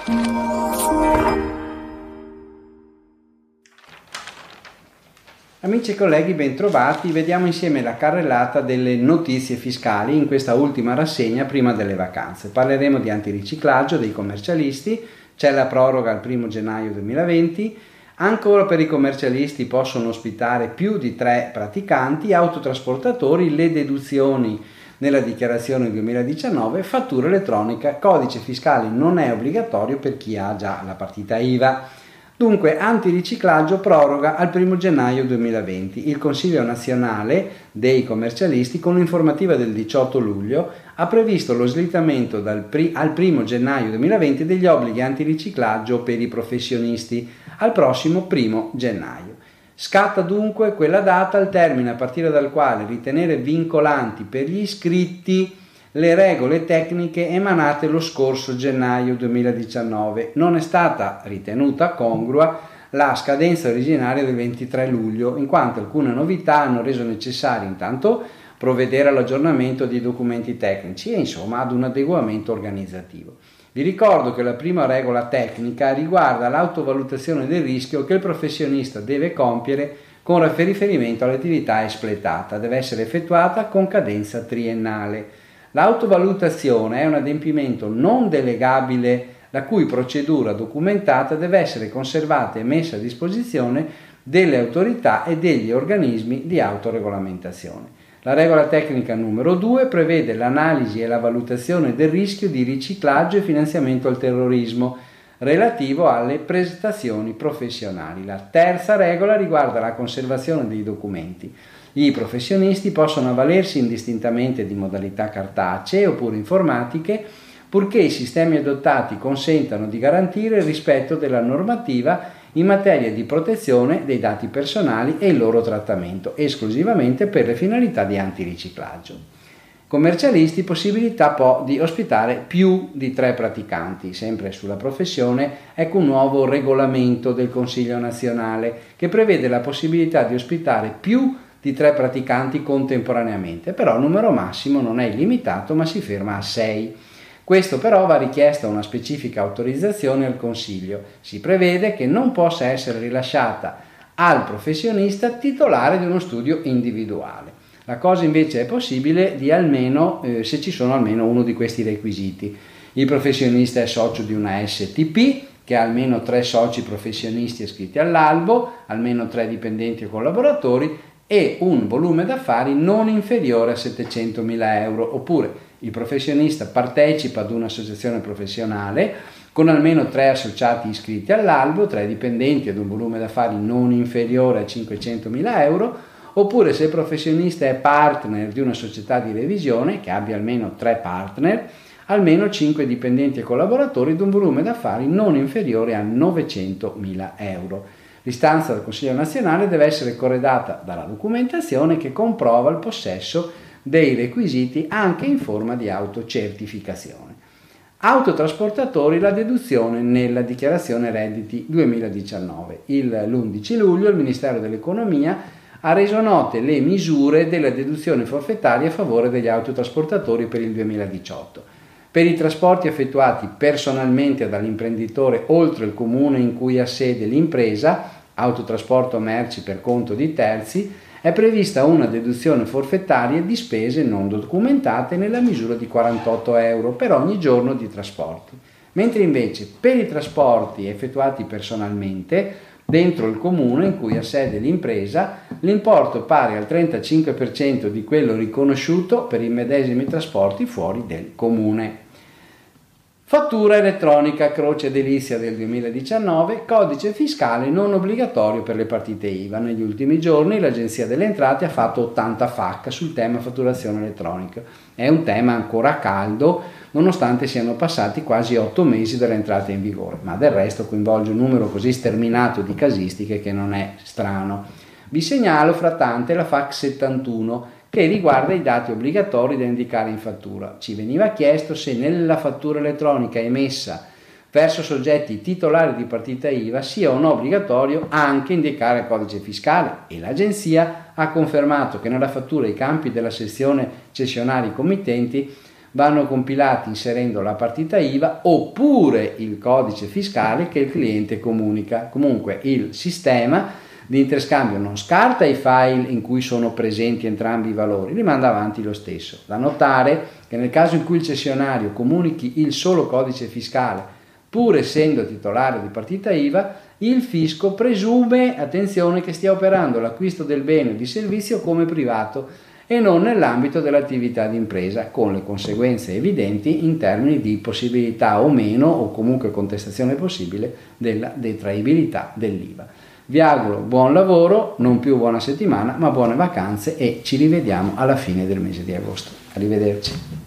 Amici e colleghi, bentrovati. Vediamo insieme la carrellata delle notizie fiscali in questa ultima rassegna prima delle vacanze. Parleremo di antiriciclaggio dei commercialisti, c'è la proroga al 1 gennaio 2020, ancora per i commercialisti possono ospitare più di 3 praticanti, autotrasportatori, le deduzioni nella dichiarazione 2019, fattura elettronica, codice fiscale non è obbligatorio per chi ha già la partita IVA. Dunque, antiriciclaggio proroga al 1 gennaio 2020. Il Consiglio nazionale dei commercialisti, con l'informativa del 18 luglio, ha previsto lo slittamento al 1 gennaio 2020 degli obblighi antiriciclaggio per i professionisti al prossimo 1 gennaio. Scatta dunque quella data al termine a partire dal quale ritenere vincolanti per gli iscritti le regole tecniche emanate lo scorso gennaio 2019. Non è stata ritenuta congrua la scadenza originaria del 23 luglio, in quanto alcune novità hanno reso necessario intanto provvedere all'aggiornamento dei documenti tecnici e insomma ad un adeguamento organizzativo. Vi ricordo che la prima regola tecnica riguarda l'autovalutazione del rischio che il professionista deve compiere con riferimento all'attività espletata. Deve essere effettuata con cadenza triennale. L'autovalutazione è un adempimento non delegabile la cui procedura documentata deve essere conservata e messa a disposizione delle autorità e degli organismi di autoregolamentazione. La regola tecnica numero 2 prevede l'analisi e la valutazione del rischio di riciclaggio e finanziamento al terrorismo relativo alle prestazioni professionali. La terza regola riguarda la conservazione dei documenti. I professionisti possono avvalersi indistintamente di modalità cartacee oppure informatiche, purché i sistemi adottati consentano di garantire il rispetto della normativa in materia di protezione dei dati personali e il loro trattamento, esclusivamente per le finalità di antiriciclaggio. Commercialisti, possibilità di ospitare più di 3 praticanti. Sempre sulla professione, ecco un nuovo regolamento del Consiglio nazionale che prevede la possibilità di ospitare più di 3 praticanti contemporaneamente, però il numero massimo non è illimitato ma si ferma a 6. Questo però va richiesta una specifica autorizzazione al Consiglio. Si prevede che non possa essere rilasciata al professionista titolare di uno studio individuale. La cosa invece è possibile se ci sono almeno uno di questi requisiti. Il professionista è socio di una STP, che ha almeno 3 soci professionisti iscritti all'albo, almeno 3 dipendenti o collaboratori e un volume d'affari non inferiore a 700.000 euro, oppure il professionista partecipa ad un'associazione professionale con almeno 3 associati iscritti all'albo, 3 dipendenti ed un volume d'affari non inferiore a 500.000 euro, oppure se il professionista è partner di una società di revisione che abbia almeno 3 partner, almeno 5 dipendenti e collaboratori ed un volume d'affari non inferiore a 900.000 euro. L'istanza del Consiglio nazionale deve essere corredata dalla documentazione che comprova il possesso dei requisiti anche in forma di autocertificazione. Autotrasportatori, la deduzione nella dichiarazione redditi 2019. L'11 luglio il Ministero dell'Economia ha reso note le misure della deduzione forfettaria a favore degli autotrasportatori per il 2018. Per i trasporti effettuati personalmente dall'imprenditore oltre il comune in cui ha sede l'impresa, autotrasporto merci per conto di terzi, è prevista una deduzione forfettaria di spese non documentate nella misura di 48 euro per ogni giorno di trasporti, mentre invece per i trasporti effettuati personalmente dentro il comune in cui ha sede l'impresa, l'importo pari al 35% di quello riconosciuto per i medesimi trasporti fuori del comune. Fattura elettronica croce edilizia del 2019, codice fiscale non obbligatorio per le partite IVA. Negli ultimi giorni l'Agenzia delle Entrate ha fatto 80 FAQ sul tema fatturazione elettronica. È un tema ancora caldo, nonostante siano passati quasi 8 mesi dall'entrata in vigore, ma del resto coinvolge un numero così sterminato di casistiche che non è strano. Vi segnalo frattanto la FAQ 71, che riguarda i dati obbligatori da indicare in fattura. Ci veniva chiesto se nella fattura elettronica emessa verso soggetti titolari di partita IVA sia o no obbligatorio anche indicare il codice fiscale, e l'Agenzia ha confermato che nella fattura i campi della sezione cessionari committenti vanno compilati inserendo la partita IVA oppure il codice fiscale che il cliente comunica. Comunque il sistema di interscambio non scarta i file in cui sono presenti entrambi i valori, li manda avanti lo stesso. Da notare che nel caso in cui il cessionario comunichi il solo codice fiscale, pur essendo titolare di partita IVA, il fisco presume, attenzione, che stia operando l'acquisto del bene o di servizio come privato e non nell'ambito dell'attività di impresa, con le conseguenze evidenti in termini di possibilità o meno, o comunque contestazione possibile, della detraibilità dell'IVA. Vi auguro buon lavoro, non più buona settimana, ma buone vacanze e ci rivediamo alla fine del mese di agosto. Arrivederci.